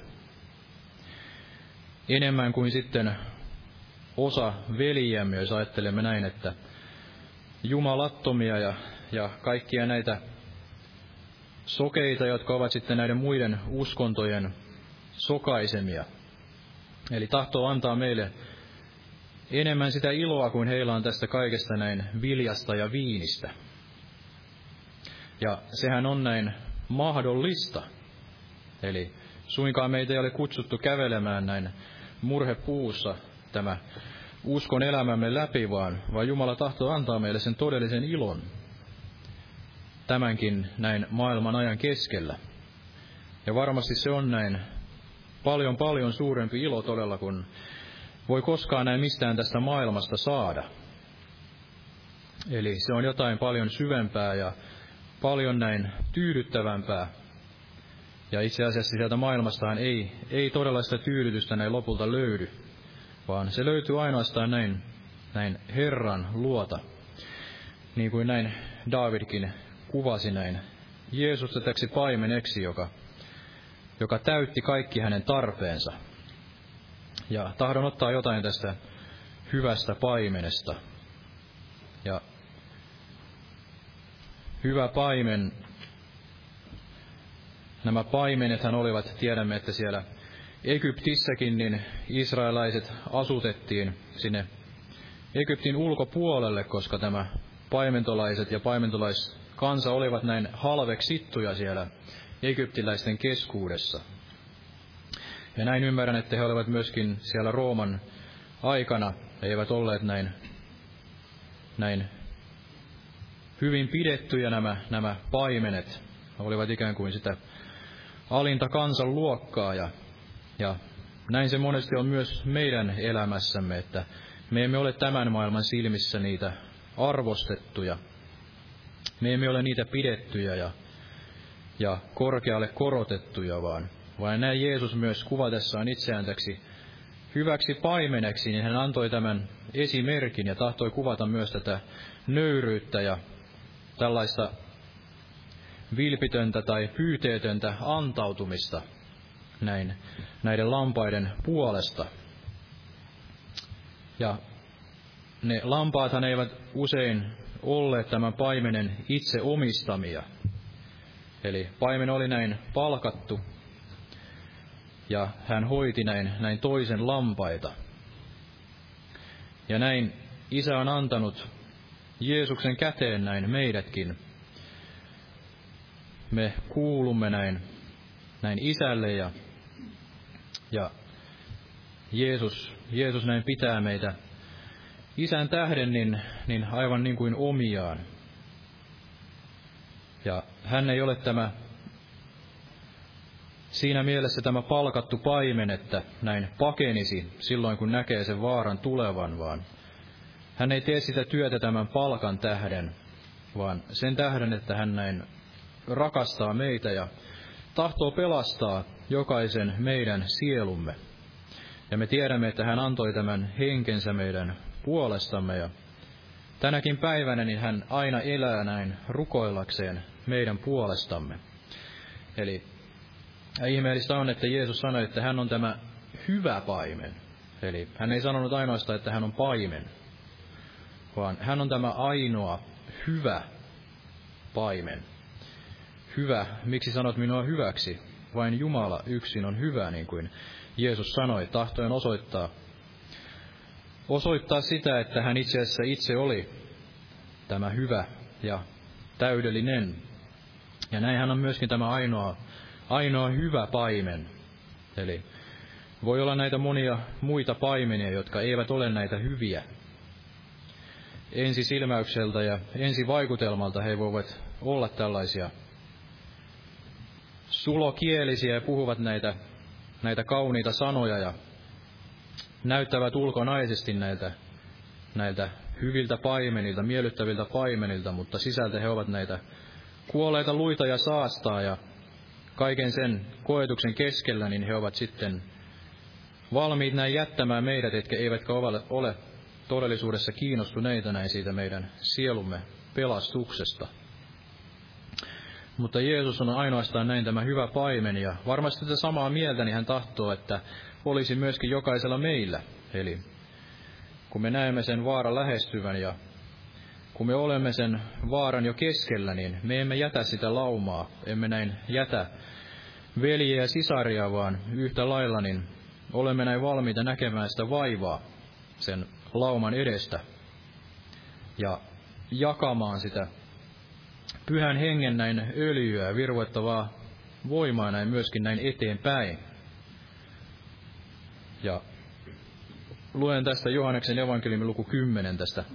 Enemmän kuin sitten osa veljiämme, jos ajattelemme näin, että jumalattomia ja, ja kaikkia näitä sokeita, jotka ovat sitten näiden muiden uskontojen sokaisemia. Eli tahtoo antaa meille enemmän sitä iloa kuin heillä on tästä kaikesta näin viljasta ja viinistä. Ja sehän on näin mahdollista. Eli suinkaan meitä ei ole kutsuttu kävelemään näin murhepuussa tämä uskon elämämme läpi, vaan, vaan Jumala tahtoo antaa meille sen todellisen ilon tämänkin näin maailman ajan keskellä. Ja varmasti se on näin paljon paljon suurempi ilo todella, kun voi koskaan näin mistään tästä maailmasta saada. Eli se on jotain paljon syvempää ja paljon näin tyydyttävämpää. Ja itse asiassa sieltä maailmastahan ei, ei todella sitä tyydytystä näin lopulta löydy, vaan se löytyy ainoastaan näin, näin Herran luota. Niin kuin näin Daavidkin kuvasi näin Jeesusta täksi paimeneksi, joka, joka täytti kaikki hänen tarpeensa. Ja tahdon ottaa jotain tästä hyvästä paimenesta. Ja hyvä paimen, nämä paimenethan olivat, tiedämme, että siellä Egyptissäkin niin israelaiset asutettiin sinne Egyptin ulkopuolelle, koska tämä paimentolaiset ja paimentolaiskansa olivat näin halveksittuja siellä egyptiläisten keskuudessa. Ja näin ymmärrän, että he olivat myöskin siellä Rooman aikana, he eivät olleet näin, näin hyvin pidettyjä nämä, nämä paimenet. He olivat ikään kuin sitä alinta kansanluokkaa, ja, ja näin se monesti on myös meidän elämässämme, että me emme ole tämän maailman silmissä niitä arvostettuja. Me emme ole niitä pidettyjä ja, ja korkealle korotettuja, vaan, vaan näin Jeesus myös kuvatessaan itseään täksi hyväksi paimeneksi, niin hän antoi tämän esimerkin ja tahtoi kuvata myös tätä nöyryyttä ja tällaista vilpitöntä tai pyyteetöntä antautumista näin, näiden lampaiden puolesta. Ja ne lampaathan eivät usein olleet tämän paimenen itse omistamia. Eli paimen oli näin palkattu ja hän hoiti näin, näin toisen lampaita. Ja näin Isä on antanut Jeesuksen käteen näin meidätkin. me kuulumme näin, näin Isälle ja, ja Jeesus, Jeesus näin pitää meitä Isän tähden niin, niin aivan niin kuin omiaan. Ja hän ei ole tämä siinä mielessä tämä palkattu paimen, että näin pakenisi silloin, kun näkee sen vaaran tulevan, vaan hän ei tee sitä työtä tämän palkan tähden, vaan sen tähden, että hän näin rakastaa meitä ja tahtoo pelastaa jokaisen meidän sielumme. Ja me tiedämme, että hän antoi tämän henkensä meidän puolestamme, ja tänäkin päivänä niin hän aina elää näin rukoillakseen meidän puolestamme. Eli ja ihmeellistä on, että Jeesus sanoi, että hän on tämä hyvä paimen. Eli hän ei sanonut ainoastaan, että hän on paimen, vaan hän on tämä ainoa hyvä paimen. Hyvä, miksi sanot minua hyväksi? Vain Jumala yksin on hyvä, niin kuin Jeesus sanoi, tahtoen osoittaa, osoittaa sitä, että hän itse asiassa itse oli tämä hyvä ja täydellinen. Ja näin hän on myöskin tämä ainoa, ainoa hyvä paimen. Eli voi olla näitä monia muita paimenia, jotka eivät ole näitä hyviä. Ensisilmäykseltä ja ensivaikutelmalta he voivat olla tällaisia sulokielisiä ja puhuvat näitä, näitä kauniita sanoja ja näyttävät ulkonaisesti näiltä, näiltä hyviltä paimenilta, miellyttäviltä paimenilta, mutta sisältä he ovat näitä kuolleita luita ja saastaa, ja kaiken sen koetuksen keskellä niin he ovat sitten valmiit näin jättämään meidät, etkä eivätkä ole todellisuudessa kiinnostuneita näin siitä meidän sielumme pelastuksesta. Mutta Jeesus on ainoastaan näin tämä hyvä paimen, ja varmasti tätä samaa mieltä niin hän tahtoo, että olisi myöskin jokaisella meillä. Eli kun me näemme sen vaaran lähestyvän ja kun me olemme sen vaaran jo keskellä, niin me emme jätä sitä laumaa, emme näin jätä veljiä ja sisaria, vaan yhtä lailla niin olemme näin valmiita näkemään sitä vaivaa sen lauman edestä ja jakamaan sitä pyhän hengen näin öljyä ja virvoittavaa voimaa näin myöskin näin eteenpäin. Ja luen tästä Johanneksen evankeliumin luku kymmenen tästä.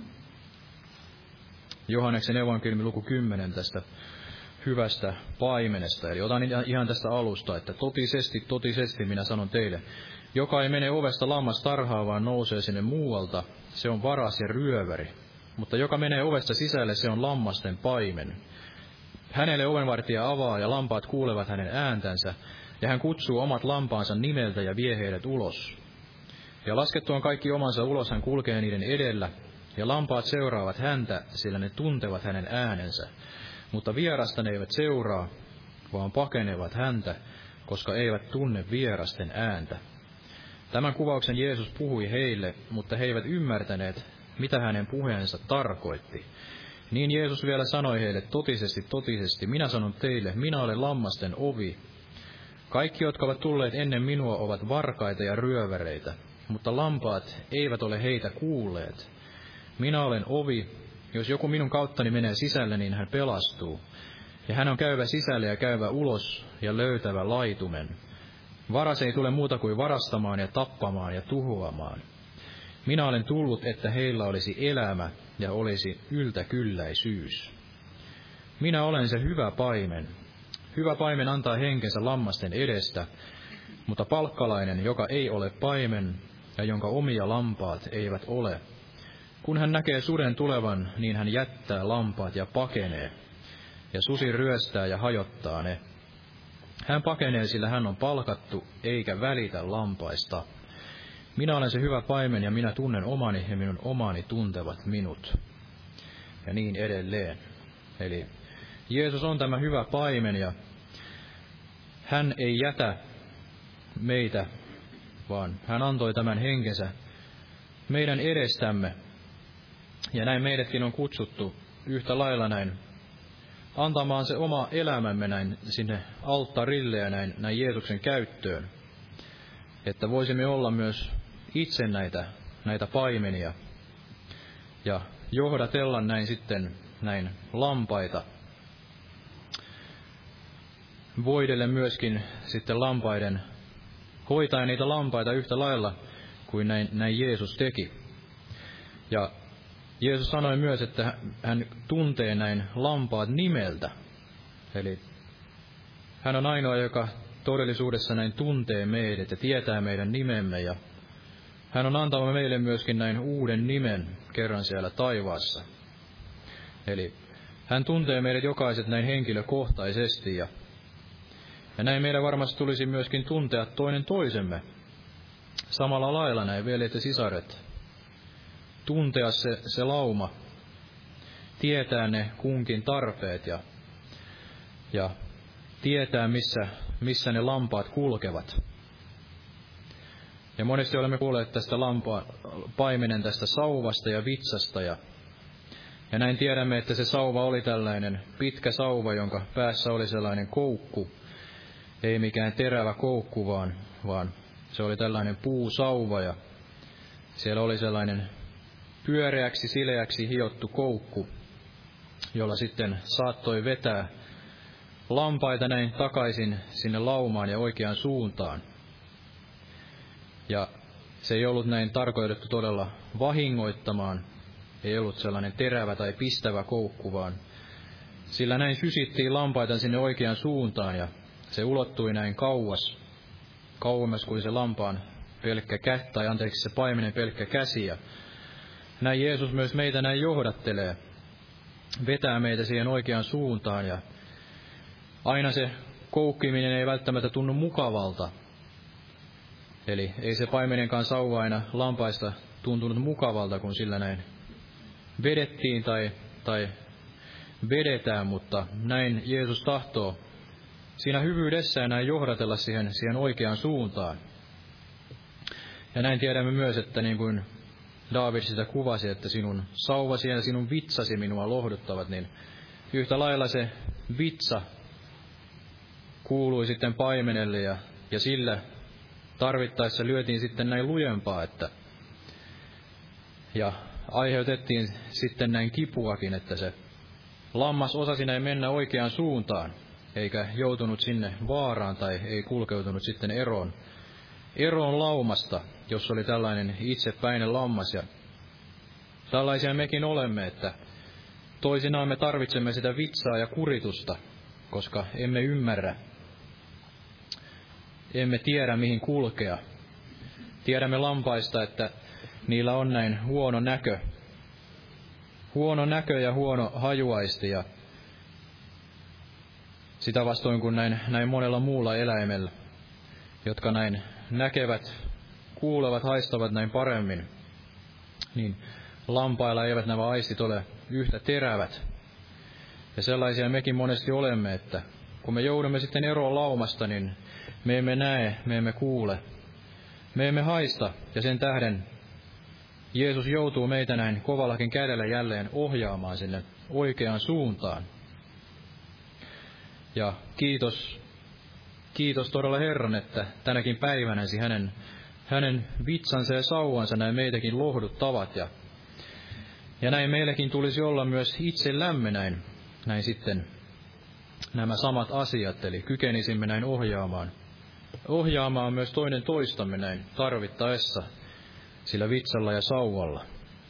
Johanneksen evankeliumin luku kymmenen tästä hyvästä paimenesta. Eli otan ihan tästä alusta, että totisesti, totisesti minä sanon teille, joka ei mene ovesta lammastarhaan, vaan nousee sinne muualta, se on varas ja ryöväri. Mutta joka menee ovesta sisälle, se on lammasten paimen. Hänelle ovenvartija avaa ja lampaat kuulevat hänen ääntänsä, ja hän kutsuu omat lampaansa nimeltä ja vie heidät ulos. Ja laskettuaan kaikki omansa ulos hän kulkee niiden edellä, ja lampaat seuraavat häntä, sillä ne tuntevat hänen äänensä. Mutta vierasta ne eivät seuraa, vaan pakenevat häntä, koska eivät tunne vierasten ääntä. Tämän kuvauksen Jeesus puhui heille, mutta he eivät ymmärtäneet, mitä hänen puheensa tarkoitti. Niin Jeesus vielä sanoi heille, totisesti, totisesti, minä sanon teille, minä olen lammasten ovi. Kaikki, jotka ovat tulleet ennen minua, ovat varkaita ja ryöväreitä, mutta lampaat eivät ole heitä kuulleet. Minä olen ovi, jos joku minun kauttani menee sisälle, niin hän pelastuu. Ja hän on käyvä sisälle ja käyvä ulos ja löytävä laitumen. Varas ei tule muuta kuin varastamaan ja tappamaan ja tuhoamaan. Minä olen tullut, että heillä olisi elämä ja olisi yltäkylläisyys. Minä olen se hyvä paimen. Hyvä paimen antaa henkensä lammasten edestä, mutta palkkalainen, joka ei ole paimen ja jonka omia lampaat eivät ole. Kun hän näkee suden tulevan, niin hän jättää lampaat ja pakenee, ja susi ryöstää ja hajottaa ne. Hän pakenee, sillä hän on palkattu, eikä välitä lampaista. Minä olen se hyvä paimen, ja minä tunnen omani, ja minun omani tuntevat minut. Ja niin edelleen. Eli Jeesus on tämä hyvä paimen, ja hän ei jätä meitä, vaan hän antoi tämän henkensä meidän edestämme. Ja näin meidätkin on kutsuttu yhtä lailla näin antamaan se oma elämämme näin sinne alttarille ja näin, näin Jeesuksen käyttöön. Että voisimme olla myös itse näitä, näitä paimenia ja johdatella näin sitten näin lampaita voidelle myöskin sitten lampaiden, hoitaa niitä lampaita yhtä lailla kuin näin, näin Jeesus teki. Ja Jeesus sanoi myös, että hän tuntee näin lampaat nimeltä. Eli hän on ainoa, joka todellisuudessa näin tuntee meidät ja tietää meidän nimemme. Ja hän on antava meille myöskin näin uuden nimen kerran siellä taivaassa. Eli hän tuntee meidät jokaiset näin henkilökohtaisesti. Ja, ja näin meidän varmasti tulisi myöskin tuntea toinen toisemme. Samalla lailla näin veljet ja sisaret. Tuntea se, se lauma. Tietää ne kunkin tarpeet ja, ja tietää, missä, missä ne lampaat kulkevat. Ja monesti olemme kuulleet tästä lampa, paimenen tästä sauvasta ja vitsasta. Ja, ja näin tiedämme, että se sauva oli tällainen pitkä sauva, jonka päässä oli sellainen koukku. Ei mikään terävä koukku, vaan, vaan se oli tällainen puusauva. Ja siellä oli sellainen pyöreäksi, sileäksi hiottu koukku, jolla sitten saattoi vetää lampaita näin takaisin sinne laumaan ja oikeaan suuntaan. Ja se ei ollut näin tarkoitettu todella vahingoittamaan, ei ollut sellainen terävä tai pistävä koukku, vaan sillä näin sysittiin lampaita sinne oikeaan suuntaan ja se ulottui näin kauas, kauemmas kuin se lampaan pelkkä käsi, tai anteeksi se paimenen pelkkä käsi. Ja näin Jeesus myös meitä näin johdattelee, vetää meitä siihen oikeaan suuntaan ja aina se koukkiminen ei välttämättä tunnu mukavalta. Eli ei se paimenenkaan sauva aina lampaista tuntunut mukavalta, kun sillä näin vedettiin tai, tai vedetään, mutta näin Jeesus tahtoo siinä hyvyydessään näin johdatella siihen, siihen oikeaan suuntaan. Ja näin tiedämme myös, että niin kuin Daavid sitä kuvasi, että sinun sauvasi ja sinun vitsasi minua lohduttavat, niin yhtä lailla se vitsa kuului sitten paimenelle ja, ja sillä tarvittaessa lyötiin sitten näin lujempaa, että ja aiheutettiin sitten näin kipuakin, että se lammas osasi näin mennä oikeaan suuntaan, eikä joutunut sinne vaaraan tai ei kulkeutunut sitten eroon, eroon laumasta, jos oli tällainen itsepäinen lammas. Ja tällaisia mekin olemme, että toisinaan me tarvitsemme sitä vitsaa ja kuritusta, koska emme ymmärrä, emme tiedä mihin kulkea. Tiedämme lampaista, että niillä on näin huono näkö, huono näkö ja huono hajuaisti ja sitä vastoin kuin näin, näin monella muulla eläimellä, jotka näin näkevät, kuulevat, haistavat näin paremmin, niin lampailla eivät nämä aistit ole yhtä terävät. Ja sellaisia mekin monesti olemme, että kun me joudumme sitten eroon laumasta, niin me emme näe, me emme kuule, me emme haista, ja sen tähden Jeesus joutuu meitä näin kovallakin kädellä jälleen ohjaamaan sinne oikeaan suuntaan. Ja kiitos, kiitos todella Herran, että tänäkin päivänäsi hänen, hänen vitsansa ja sauvansa näin meitäkin lohduttavat. Ja, ja näin meilläkin tulisi olla myös itsellämme näin, näin sitten nämä samat asiat, eli kykenisimme näin ohjaamaan, ohjaamaan myös toinen toistamme näin tarvittaessa sillä vitsalla ja sauvalla,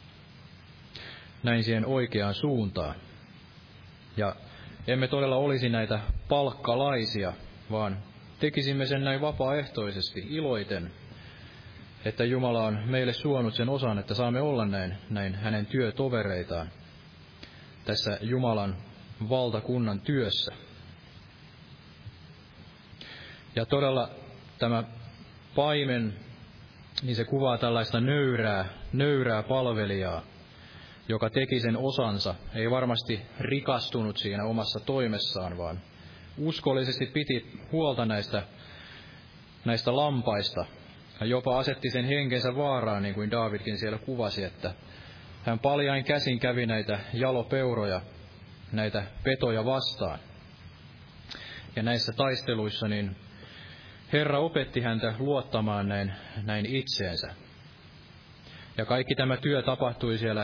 näin siihen oikeaan suuntaan. Ja emme todella olisi näitä palkkalaisia, vaan tekisimme sen näin vapaaehtoisesti, iloiten, että Jumala on meille suonut sen osan, että saamme olla näin, näin hänen työtovereitaan tässä Jumalan valtakunnan työssä. Ja todella tämä paimen, niin se kuvaa tällaista nöyrää, nöyrää palvelijaa, joka teki sen osansa, ei varmasti rikastunut siinä omassa toimessaan, vaan uskollisesti piti huolta näistä, näistä lampaista. Hän jopa asetti sen henkensä vaaraan, niin kuin Daavidkin siellä kuvasi, että hän paljain käsin kävi näitä jalopeuroja, näitä petoja vastaan. Ja näissä taisteluissa niin Herra opetti häntä luottamaan näin, näin itseensä. Ja kaikki tämä työ tapahtui siellä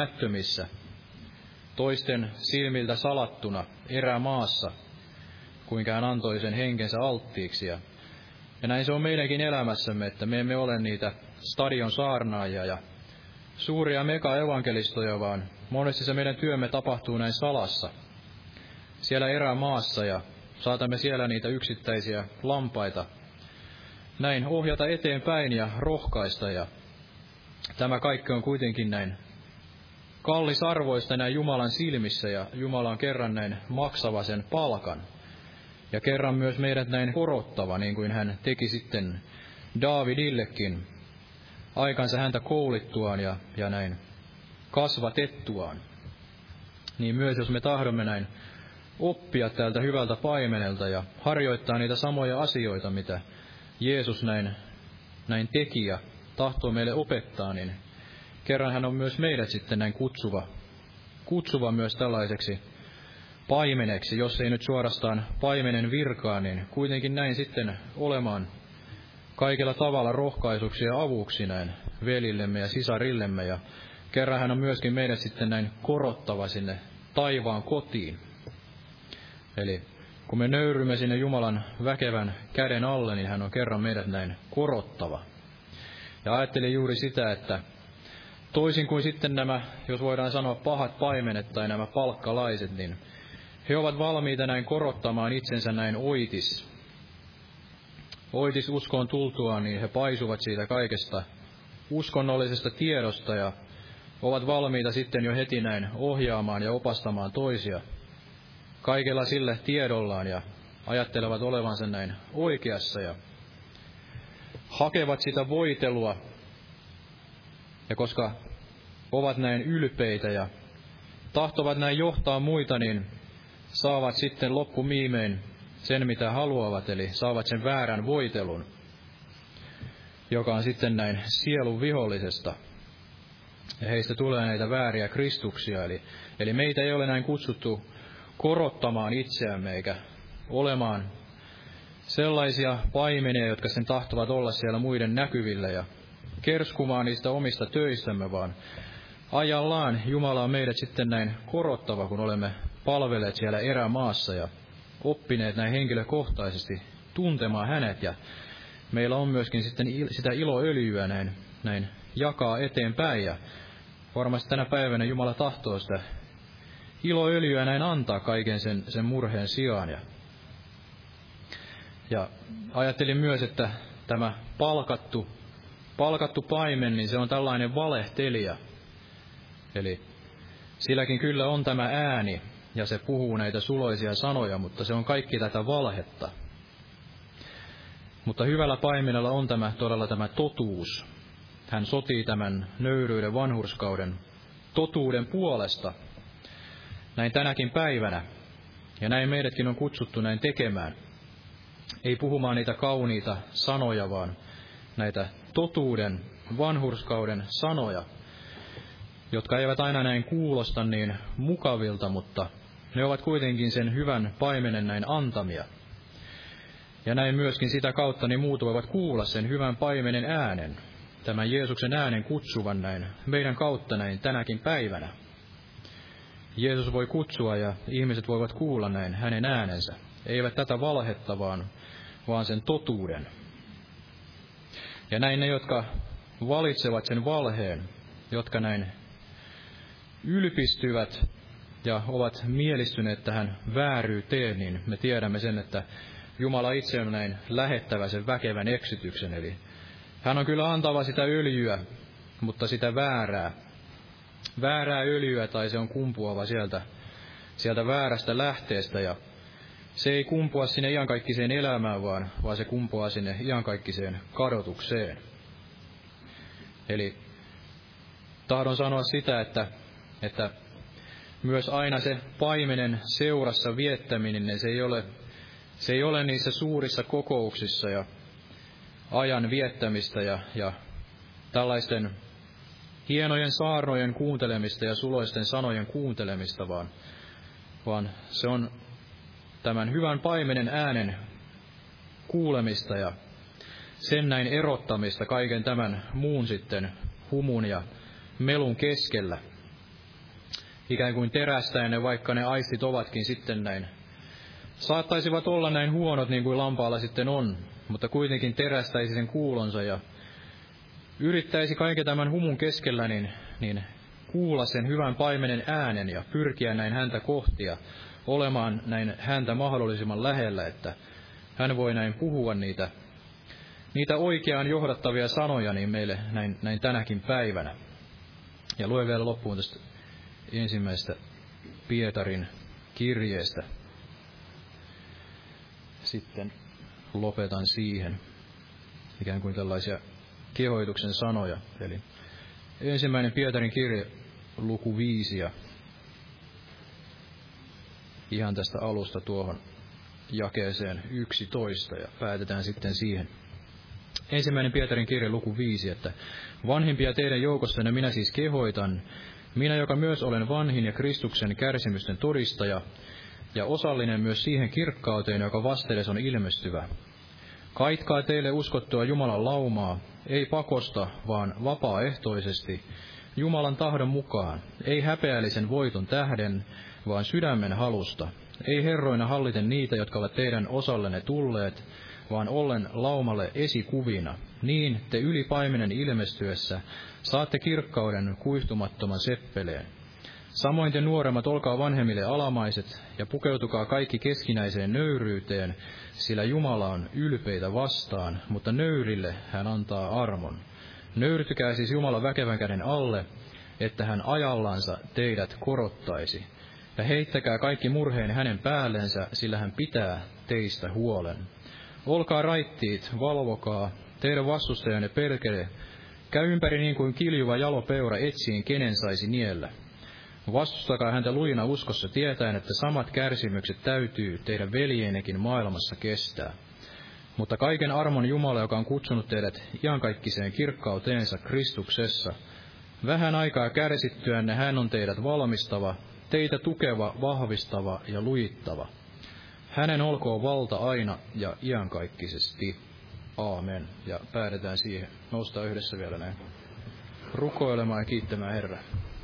näkymättömissä, toisten silmiltä salattuna erämaassa, kuinka hän antoi sen henkensä alttiiksi. Ja, ja näin se on meidänkin elämässämme, että me emme ole niitä stadion saarnaajia ja suuria mega-evankelistoja, vaan monesti se meidän työmme tapahtuu näin salassa, siellä erämaassa, ja saatamme siellä niitä yksittäisiä lampaita näin ohjata eteenpäin ja rohkaista, ja tämä kaikki on kuitenkin näin kallisarvoista näin Jumalan silmissä, ja Jumala on kerran näin maksava sen palkan, ja kerran myös meidät näin korottava, niin kuin hän teki sitten Daavidillekin, aikansa häntä koulittuaan ja, ja näin kasvatettuaan. Niin myös jos me tahdomme näin oppia tältä hyvältä paimenelta ja harjoittaa niitä samoja asioita, mitä Jeesus näin, näin teki ja tahtoo meille opettaa, niin kerran hän on myös meidät sitten näin kutsuva, kutsuva myös tällaiseksi paimeneksi, jos ei nyt suorastaan paimenen virkaa, niin kuitenkin näin sitten olemaan kaikella tavalla rohkaisuksi ja avuksi näin velillemme ja sisarillemme, ja kerran hän on myöskin meidät sitten näin korottava sinne taivaan kotiin. Eli kun me nöyrymme sinne Jumalan väkevän käden alle, niin hän on kerran meidät näin korottava. Ja ajattelin juuri sitä, että toisin kuin sitten nämä, jos voidaan sanoa pahat paimenet tai nämä palkkalaiset, niin he ovat valmiita näin korottamaan itsensä näin oitis. Oitis uskoon tultuaan, niin he paisuvat siitä kaikesta uskonnollisesta tiedosta ja ovat valmiita sitten jo heti näin ohjaamaan ja opastamaan toisia kaikella sille tiedollaan ja ajattelevat olevansa näin oikeassa ja hakevat sitä voitelua. Ja koska ovat näin ylpeitä ja tahtovat näin johtaa muita, niin saavat sitten loppumiimein sen, mitä haluavat, eli saavat sen väärän voitelun, joka on sitten näin sielun vihollisesta. Ja heistä tulee näitä vääriä kristuksia, eli, eli meitä ei ole näin kutsuttu korottamaan itseämme, eikä olemaan sellaisia paimenia, jotka sen tahtovat olla siellä muiden näkyvillä ja kerskumaan niistä omista töistämme, vaan ajallaan Jumala on meidät sitten näin korottava, kun olemme palvelleet siellä erämaassa ja oppineet näin henkilökohtaisesti tuntemaan hänet, ja meillä on myöskin sitten sitä iloöljyä näin, näin jakaa eteenpäin, ja varmasti tänä päivänä Jumala tahtoo sitä iloöljyä näin antaa kaiken sen, sen murheen sijaan. Ja, ja ajattelin myös, että tämä palkattu, palkattu paimen, niin se on tällainen valehtelija. Eli silläkin kyllä on tämä ääni, ja se puhuu näitä suloisia sanoja, mutta se on kaikki tätä valhetta. Mutta hyvällä paimenella on tämä todella tämä totuus. Hän sotii tämän nöyryyden vanhurskauden totuuden puolesta näin tänäkin päivänä. Ja näin meidätkin on kutsuttu näin tekemään. Ei puhumaan niitä kauniita sanoja, vaan näitä totuuden, vanhurskauden sanoja, jotka eivät aina näin kuulosta niin mukavilta, mutta ne ovat kuitenkin sen hyvän paimenen näin antamia. Ja näin myöskin sitä kautta niin muut voivat kuulla sen hyvän paimenen äänen, tämän Jeesuksen äänen kutsuvan näin meidän kautta näin tänäkin päivänä. Jeesus voi kutsua ja ihmiset voivat kuulla näin hänen äänensä. Eivät tätä valhetta, vaan, vaan sen totuuden. Ja näin ne, jotka valitsevat sen valheen, jotka näin ylpistyvät ja ovat mielistyneet tähän vääryyteen, niin me tiedämme sen, että Jumala itse on näin lähettävä sen väkevän eksytyksen. Eli hän on kyllä antava sitä öljyä, mutta sitä väärää. Väärää öljyä, tai se on kumpuava sieltä, sieltä väärästä lähteestä, ja se ei kumpua sinne iankaikkiseen elämään, vaan, vaan se kumpuaa sinne iankaikkiseen kadotukseen. Eli tahdon sanoa sitä, että, että myös aina se paimenen seurassa viettäminen, niin se ei ole, se ei ole niissä suurissa kokouksissa ja ajan viettämistä ja, ja tällaisten hienojen saarnojen kuuntelemista ja suloisten sanojen kuuntelemista, vaan, vaan se on tämän hyvän paimenen äänen kuulemista ja sen näin erottamista kaiken tämän muun sitten humun ja melun keskellä. Ikään kuin terästäen ne, vaikka ne aistit ovatkin sitten näin saattaisivat olla näin huonot niin kuin lampaalla sitten on, mutta kuitenkin terästäisi sen kuulonsa ja yrittäisi kaiken tämän humun keskellä niin, niin kuulla sen hyvän paimenen äänen ja pyrkiä näin häntä kohti ja olemaan näin häntä mahdollisimman lähellä, että hän voi näin puhua niitä, niitä oikeaan johdattavia sanoja niin meille näin, näin tänäkin päivänä. Ja luen vielä loppuun tästä ensimmäisestä Pietarin kirjeestä. Sitten lopetan siihen ikään kuin tällaisia kehoituksen sanoja. Eli ensimmäinen Pietarin kirje, luku viisi ja ihan tästä alusta tuohon jakeeseen yksitoista ja päätetään sitten siihen. Ensimmäinen Pietarin kirje, luku viisi, että vanhimpia teidän joukossanne minä siis kehoitan, minä joka myös olen vanhin ja Kristuksen kärsimysten todistaja ja osallinen myös siihen kirkkauteen, joka vastedes on ilmestyvä. Kaitkaa teille uskottua Jumalan laumaa, ei pakosta, vaan vapaaehtoisesti, Jumalan tahdon mukaan, ei häpeällisen voiton tähden, vaan sydämen halusta, ei herroina halliten niitä, jotka ovat teidän osallenne tulleet, vaan ollen laumalle esikuvina, niin te yli paimenen ilmestyessä saatte kirkkauden kuihtumattoman seppeleen. Samoin te nuoremmat olkaa vanhemmille alamaiset ja pukeutukaa kaikki keskinäiseen nöyryyteen, sillä Jumala on ylpeitä vastaan, mutta nöyrille hän antaa armon. Nöyrtykää siis Jumalan väkevän käden alle, että hän ajallansa teidät korottaisi. Ja heittäkää kaikki murheen hänen päällensä, sillä hän pitää teistä huolen. Olkaa raittiit, valvokaa, teidän vastustajanne perkele. Käy ympäri niin kuin kiljuva jalopeura etsiin, kenen saisi niellä. Vastustakaa häntä lujina uskossa tietäen, että samat kärsimykset täytyy teidän veljenekin maailmassa kestää. Mutta kaiken armon Jumala, joka on kutsunut teidät iankaikkiseen kirkkauteensa Kristuksessa, vähän aikaa kärsittyänne hän on teidät valmistava, teitä tukeva, vahvistava ja lujittava. Hänen olkoon valta aina ja iankaikkisesti. Aamen. Ja päädetään siihen. Noustaan yhdessä vielä näin rukoilemaan ja kiittämään Herraa.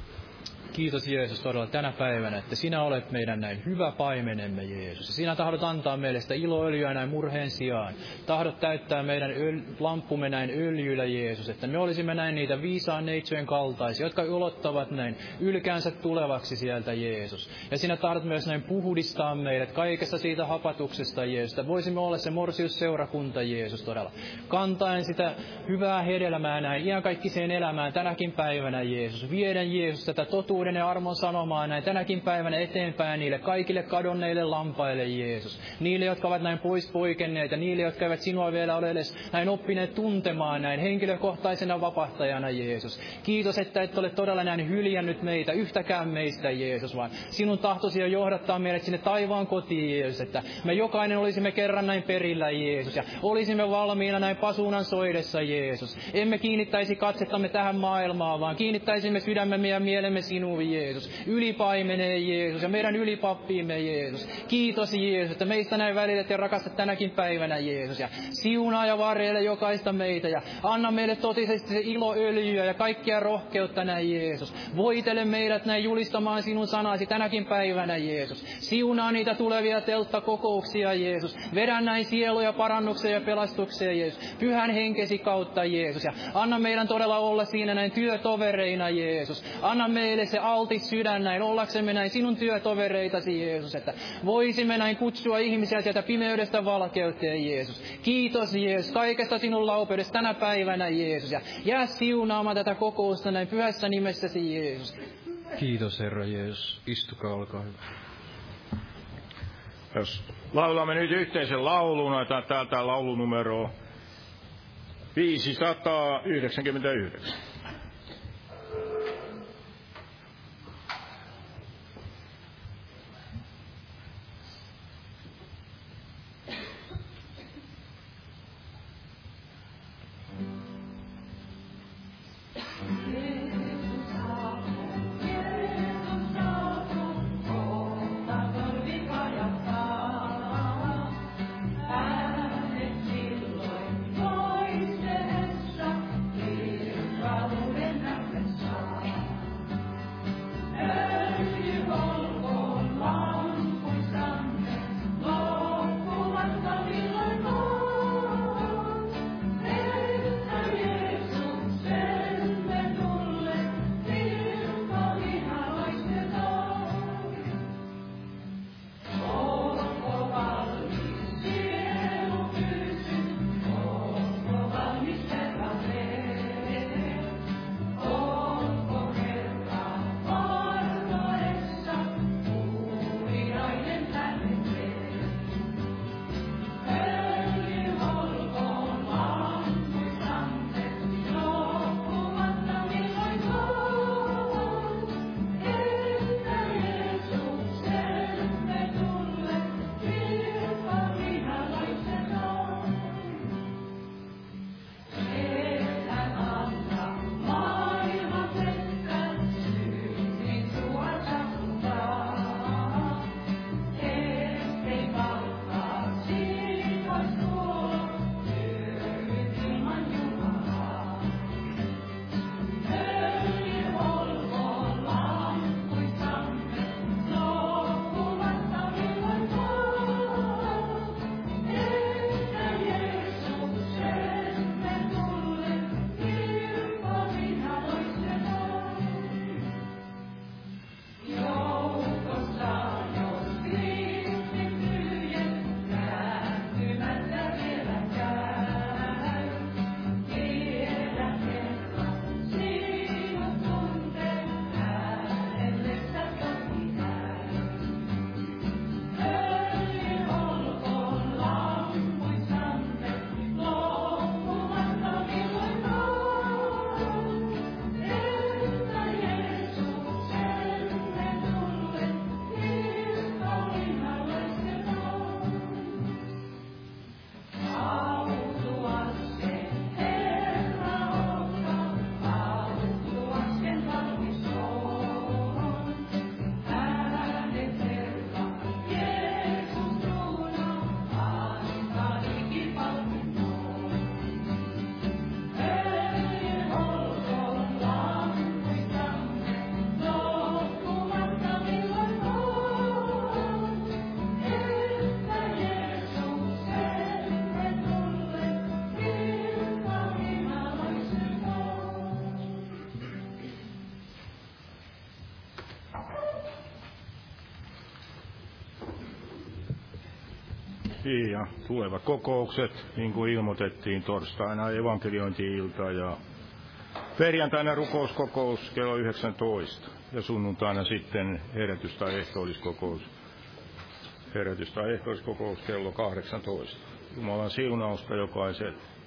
Kiitos Jeesus todella tänä päivänä, että sinä olet meidän näin hyvä paimenemme Jeesus. Ja sinä tahdot antaa meille sitä iloöljyä näin murheen sijaan. Tahdot täyttää meidän öl- lamppumme näin öljyllä Jeesus, että me olisimme näin niitä viisaan neitsyjen kaltaisia, jotka ulottavat näin ylkäänsä tulevaksi sieltä Jeesus. Ja sinä tahdot myös näin puhdistaa meidät kaikesta siitä hapatuksesta Jeesus, että voisimme olla se morsiusseurakunta Jeesus todella. Kantaen sitä hyvää hedelmää näin iankaikkiseen elämään tänäkin päivänä Jeesus. Vieden Jeesus tätä totuuden ja armon sanomaa näin tänäkin päivänä eteenpäin niille kaikille kadonneille lampaille, Jeesus. Niille, jotka ovat näin pois poikenneet ja niille, jotka eivät sinua vielä ole edes näin oppineet tuntemaan näin henkilökohtaisena vapahtajana, Jeesus. Kiitos, että et ole todella näin hyljännyt meitä, yhtäkään meistä, Jeesus, vaan sinun tahtosi on johdattaa meidät sinne taivaan kotiin, Jeesus, että me jokainen olisimme kerran näin perillä, Jeesus, ja olisimme valmiina näin pasuunan soidessa, Jeesus. Emme kiinnittäisi katsettamme tähän maailmaan, vaan kiinnittäisimme sydämemme ja mielemme sinuun, Jeesus. Ylipaimenee Jeesus ja meidän ylipappiimme Jeesus. Kiitos Jeesus, että meistä näin välität ja rakastat tänäkin päivänä Jeesus. Ja siunaa ja varjele jokaista meitä ja anna meille totisesti se iloöljyä ja kaikkia rohkeutta näin Jeesus. Voitele meidät näin julistamaan sinun sanasi tänäkin päivänä Jeesus. Siunaa niitä tulevia telttakokouksia Jeesus. Vedä näin sieluja parannuksia ja pelastuksia Jeesus. Pyhän henkesi kautta Jeesus. Ja anna meidän todella olla siinä näin työtovereina Jeesus. Anna meille se altis sydän näin, ollaksemme näin sinun työtovereitasi, Jeesus, että voisimme näin kutsua ihmisiä sieltä pimeydestä valkeuteen, Jeesus. Kiitos, Jeesus, kaikesta sinun laupeudesta tänä päivänä, Jeesus, ja jää siunaamaan tätä kokousta näin pyhässä nimessäsi, Jeesus. Kiitos, Herra Jeesus. Istukaa, olkaa hyvä.
Jos laulamme nyt yhteisen laulun, otetaan täältä laulunumero viisisataayhdeksänkymmentäyhdeksän.
Father.
Niin, ja tulevat kokoukset, niin kuin ilmoitettiin, torstaina evankeliointi-ilta ja perjantaina rukouskokous kello yhdeksäntoista ja sunnuntaina sitten herätys- tai ehtoolliskokous. Herätys- tai ehtoolliskokous kello kahdeksantoista. Jumalan siunausta jokaiselle.